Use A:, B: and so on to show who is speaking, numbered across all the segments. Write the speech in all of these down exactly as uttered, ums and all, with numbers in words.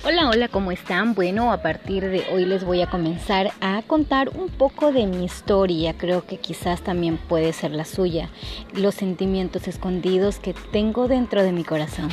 A: Hola, hola, ¿cómo están? Bueno, a partir de hoy les voy a comenzar a contar un poco de mi historia. Creo que quizás también puede ser la suya, los sentimientos escondidos que tengo dentro de mi corazón.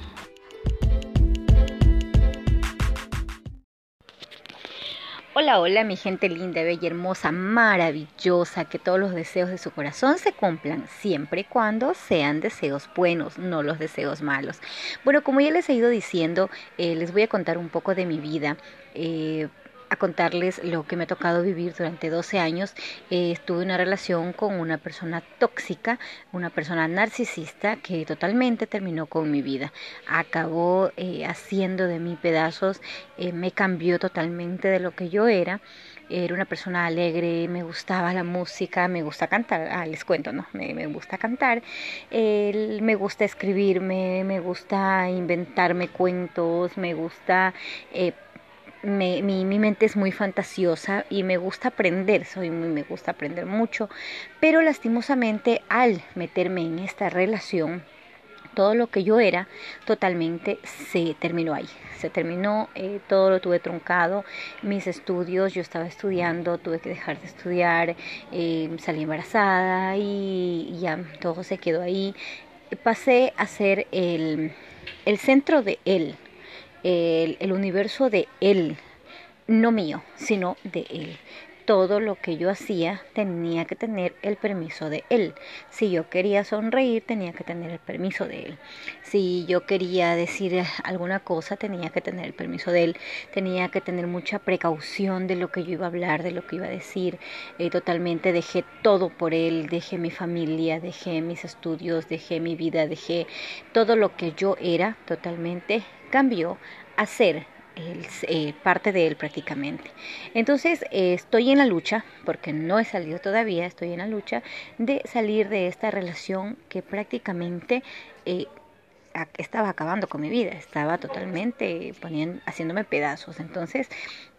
A: Hola, hola, mi gente linda, bella, hermosa, maravillosa, que todos los deseos de su corazón se cumplan, siempre y cuando sean deseos buenos, no los deseos malos. Bueno, como ya les he ido diciendo, eh, les voy a contar un poco de mi vida. Eh, a contarles lo que me ha tocado vivir durante doce años. Eh, estuve en una relación con una persona tóxica, una persona narcisista que totalmente terminó con mi vida. Acabó eh, haciendo de mí pedazos, eh, me cambió totalmente de lo que yo era. Era una persona alegre, me gustaba la música, me gusta cantar, ah, les cuento, ¿no? Me, me gusta cantar, eh, me gusta escribirme, me gusta inventarme cuentos, me gusta... Eh, Me, mi, mi mente es muy fantasiosa y me gusta aprender, soy muy, me gusta aprender mucho, pero lastimosamente al meterme en esta relación, todo lo que yo era totalmente se terminó ahí, se terminó, eh, todo lo tuve truncado, mis estudios, yo estaba estudiando, tuve que dejar de estudiar, eh, salí embarazada y, y ya todo se quedó ahí. Pasé a ser el, el centro de él, el, el universo de él, no mío, sino de él. Todo lo que yo hacía tenía que tener el permiso de él. Si yo quería sonreír, tenía que tener el permiso de él. Si yo quería decir alguna cosa, tenía que tener el permiso de él. Tenía que tener mucha precaución de lo que yo iba a hablar, de lo que iba a decir. Eh, totalmente dejé todo por él. Dejé mi familia, dejé mis estudios, dejé mi vida, dejé todo lo que yo era. Totalmente cambió a ser el, eh, parte de él prácticamente. Entonces eh, estoy en la lucha, porque no he salido todavía, estoy en la lucha de salir de esta relación que prácticamente eh, estaba acabando con mi vida, estaba totalmente poniendo, haciéndome pedazos. Entonces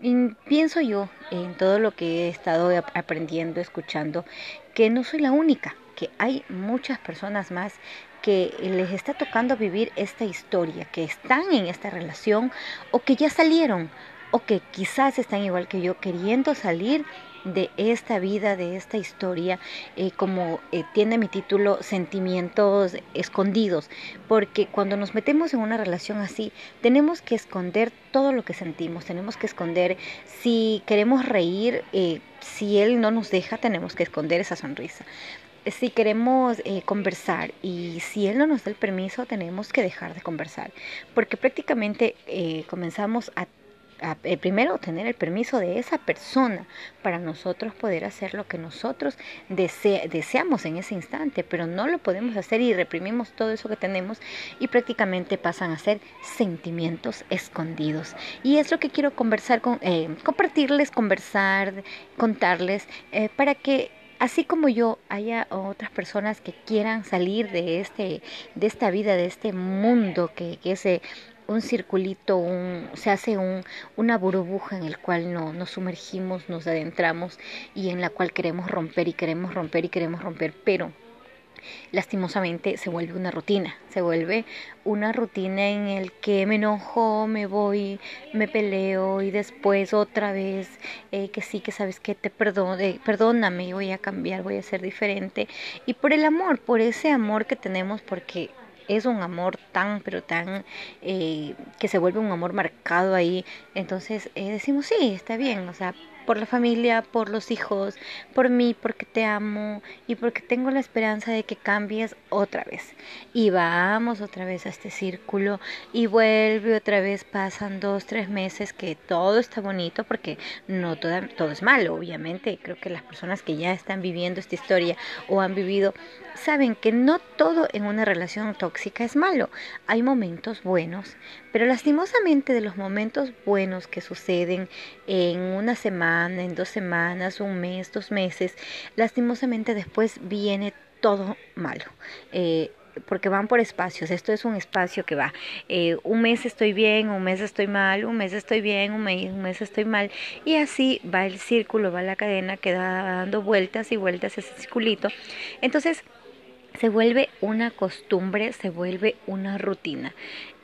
A: pienso yo en todo lo que he estado aprendiendo, escuchando, que no soy la única, que hay muchas personas más que les está tocando vivir esta historia, que están en esta relación o que ya salieron o que quizás están igual que yo queriendo salir de esta vida, de esta historia, eh, como eh, tiene mi título, sentimientos escondidos, porque cuando nos metemos en una relación así, tenemos que esconder todo lo que sentimos, tenemos que esconder si queremos reír, eh, si él no nos deja, tenemos que esconder esa sonrisa. Si queremos eh, conversar y si él no nos da el permiso, tenemos que dejar de conversar, porque prácticamente eh, comenzamos a A, eh, primero tener el permiso de esa persona para nosotros poder hacer lo que nosotros dese, deseamos en ese instante, pero no lo podemos hacer y reprimimos todo eso que tenemos y prácticamente pasan a ser sentimientos escondidos. Y es lo que quiero conversar con, eh, compartirles, conversar, contarles, eh, para que así como yo, haya otras personas que quieran salir de este, de esta vida, de este mundo que, que es eh, un circulito, un, se hace un, una burbuja en el cual no, nos sumergimos, nos adentramos y en la cual queremos romper y queremos romper y queremos romper, pero lastimosamente se vuelve una rutina, se vuelve una rutina en el que me enojo, me voy, me peleo y después otra vez eh, que sí, que sabes que te perdone, perdóname, voy a cambiar, voy a ser diferente. Y por el amor, por ese amor que tenemos, porque es un amor tan, pero tan, eh, que se vuelve un amor marcado ahí, entonces eh, decimos sí, está bien, o sea, por la familia, por los hijos, por mí, porque te amo y porque tengo la esperanza de que cambies otra vez. Y vamos otra vez a este círculo y vuelve otra vez, pasan dos, tres meses que todo está bonito, porque no toda, todo es malo, obviamente. Creo que las personas que ya están viviendo esta historia o han vivido saben que no todo en una relación tóxica es malo. Hay momentos buenos, pero lastimosamente de los momentos buenos que suceden en una semana, en dos semanas, un mes, dos meses, lastimosamente después viene todo malo. Eh, porque van por espacios, esto es un espacio que va, eh, un mes estoy bien, un mes estoy mal, un mes estoy bien, un mes, un mes estoy mal, y así va el círculo, va la cadena que da dando vueltas y vueltas ese circulito. Entonces se vuelve una costumbre, se vuelve una rutina.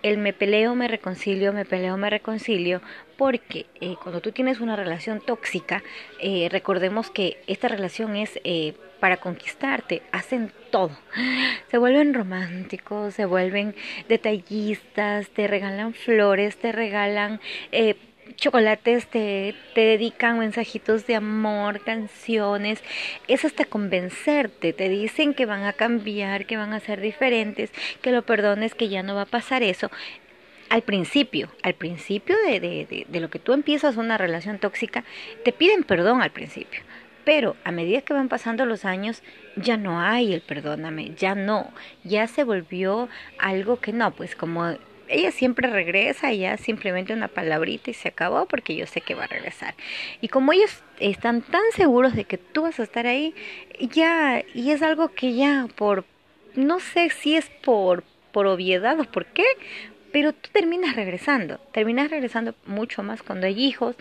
A: el me peleo, me reconcilio, me peleo, me reconcilio, porque eh, cuando tú tienes una relación tóxica, eh, recordemos que esta relación es eh, para conquistarte, hacen todo, se vuelven románticos, se vuelven detallistas, te regalan flores, te regalan eh, chocolates, te, te dedican mensajitos de amor, canciones, es hasta convencerte, te dicen que van a cambiar, que van a ser diferentes, que lo perdones, que ya no va a pasar eso. Al principio, al principio de, de, de, de lo que tú empiezas una relación tóxica, te piden perdón al principio. Pero a medida que van pasando los años, ya no hay el perdóname, ya no, ya se volvió algo que no, pues como ella siempre regresa, ya simplemente una palabrita y se acabó porque yo sé que va a regresar. Y como ellos están tan seguros de que tú vas a estar ahí, ya, y es algo que ya por, no sé si es por, por obviedad o por qué, pero tú terminas regresando, terminas regresando mucho más cuando hay hijos,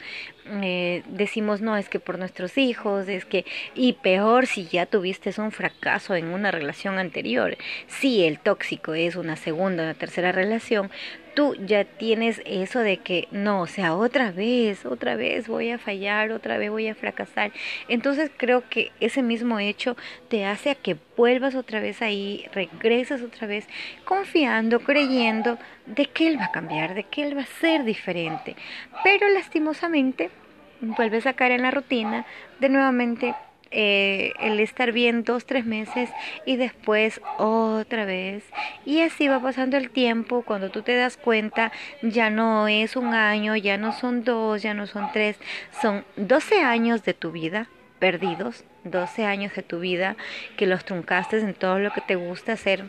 A: eh, decimos no, es que por nuestros hijos, es que, y peor si ya tuviste un fracaso en una relación anterior, si el tóxico es una segunda o una tercera relación, tú ya tienes eso de que no, o sea, otra vez, otra vez voy a fallar, otra vez voy a fracasar. Entonces creo que ese mismo hecho te hace a que vuelvas otra vez ahí, regresas otra vez confiando, creyendo de que él va a cambiar, de que él va a ser diferente. Pero lastimosamente vuelves a caer en la rutina de nuevamente eh, el estar bien dos, tres meses y después otra vez. Y así va pasando el tiempo. Cuando tú te das cuenta, ya no es un año, ya no son dos, ya no son tres, son doce años de tu vida perdidos, doce años de tu vida que los truncaste en todo lo que te gusta hacer,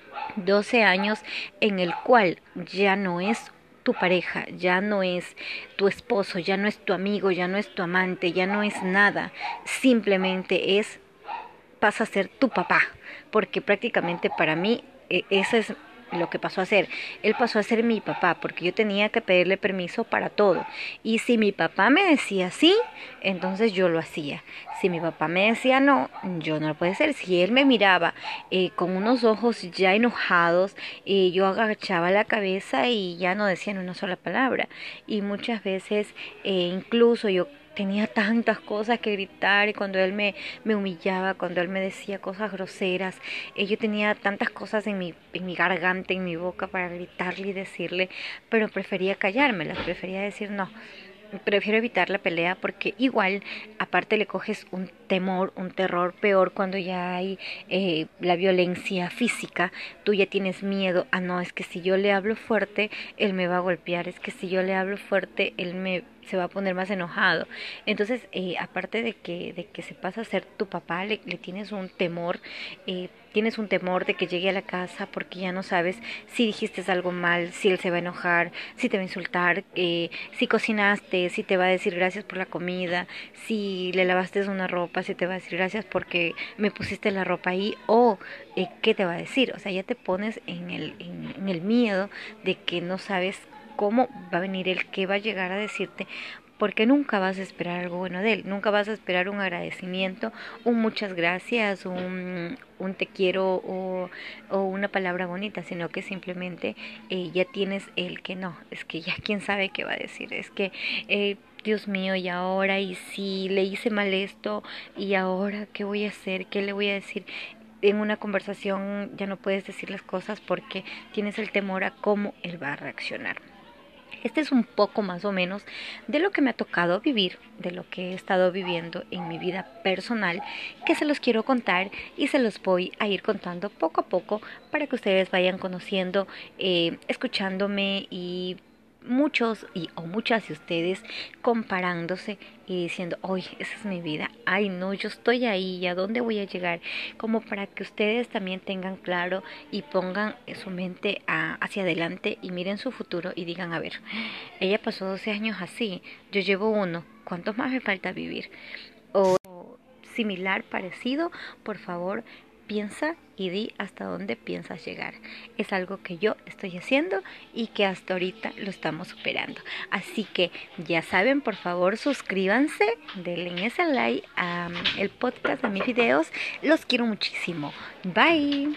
A: doce años en el cual ya no es tu pareja, ya no es tu esposo, ya no es tu amigo, ya no es tu amante, ya no es nada, simplemente es, pasa a ser tu papá, porque prácticamente para mí eh, esa es lo que pasó a ser. Él pasó a ser mi papá porque yo tenía que pedirle permiso para todo. Y si mi papá me decía sí, entonces yo lo hacía. Si mi papá me decía no, yo no lo podía hacer. Si él me miraba eh, con unos ojos ya enojados, eh, yo agachaba la cabeza y ya no decía ni una sola palabra. Y muchas veces eh, incluso yo tenía tantas cosas que gritar y cuando él me, me humillaba, cuando él me decía cosas groseras, eh, yo tenía tantas cosas en mi, en mi garganta, en mi boca para gritarle y decirle, pero prefería callármelas, prefería decir no. Prefiero evitar la pelea porque igual aparte le coges un temor, un terror peor cuando ya hay eh, la violencia física, tú ya tienes miedo, ah no, es que si yo le hablo fuerte, él me va a golpear, es que si yo le hablo fuerte, él me se va a poner más enojado. Entonces, eh, aparte de que, de que se pasa a ser tu papá, le, le tienes un temor, eh, tienes un temor de que llegue a la casa porque ya no sabes si dijiste algo mal, si él se va a enojar, si te va a insultar, eh, si cocinaste, si te va a decir gracias por la comida, si le lavaste una ropa, si te va a decir gracias porque me pusiste la ropa ahí o eh, qué te va a decir. O sea, ya te pones en el, en, en el miedo de que no sabes cómo va a venir él, qué va a llegar a decirte, porque nunca vas a esperar algo bueno de él, nunca vas a esperar un agradecimiento, un muchas gracias, un, un te quiero o, o una palabra bonita, sino que simplemente eh, ya tienes el que no, es que ya quién sabe qué va a decir, es que eh, Dios mío, y ahora, y si le hice mal esto, y ahora, ¿qué voy a hacer? ¿Qué le voy a decir? En una conversación ya no puedes decir las cosas porque tienes el temor a cómo él va a reaccionar. Este es un poco más o menos de lo que me ha tocado vivir, de lo que he estado viviendo en mi vida personal, que se los quiero contar y se los voy a ir contando poco a poco para que ustedes vayan conociendo, eh, escuchándome y muchos y o muchas de ustedes comparándose y diciendo, hoy esa es mi vida, ay no, yo estoy ahí, ¿a dónde voy a llegar? Como para que ustedes también tengan claro y pongan su mente a, hacia adelante y miren su futuro y digan, a ver, ella pasó doce años así, yo llevo uno, ¿cuántos más me falta vivir? O similar, parecido, por favor, piensa y di hasta dónde piensas llegar. Es algo que yo estoy haciendo y que hasta ahorita lo estamos superando. Así que ya saben, por favor, suscríbanse, denle ese like a el podcast, a mis videos. Los quiero muchísimo. Bye.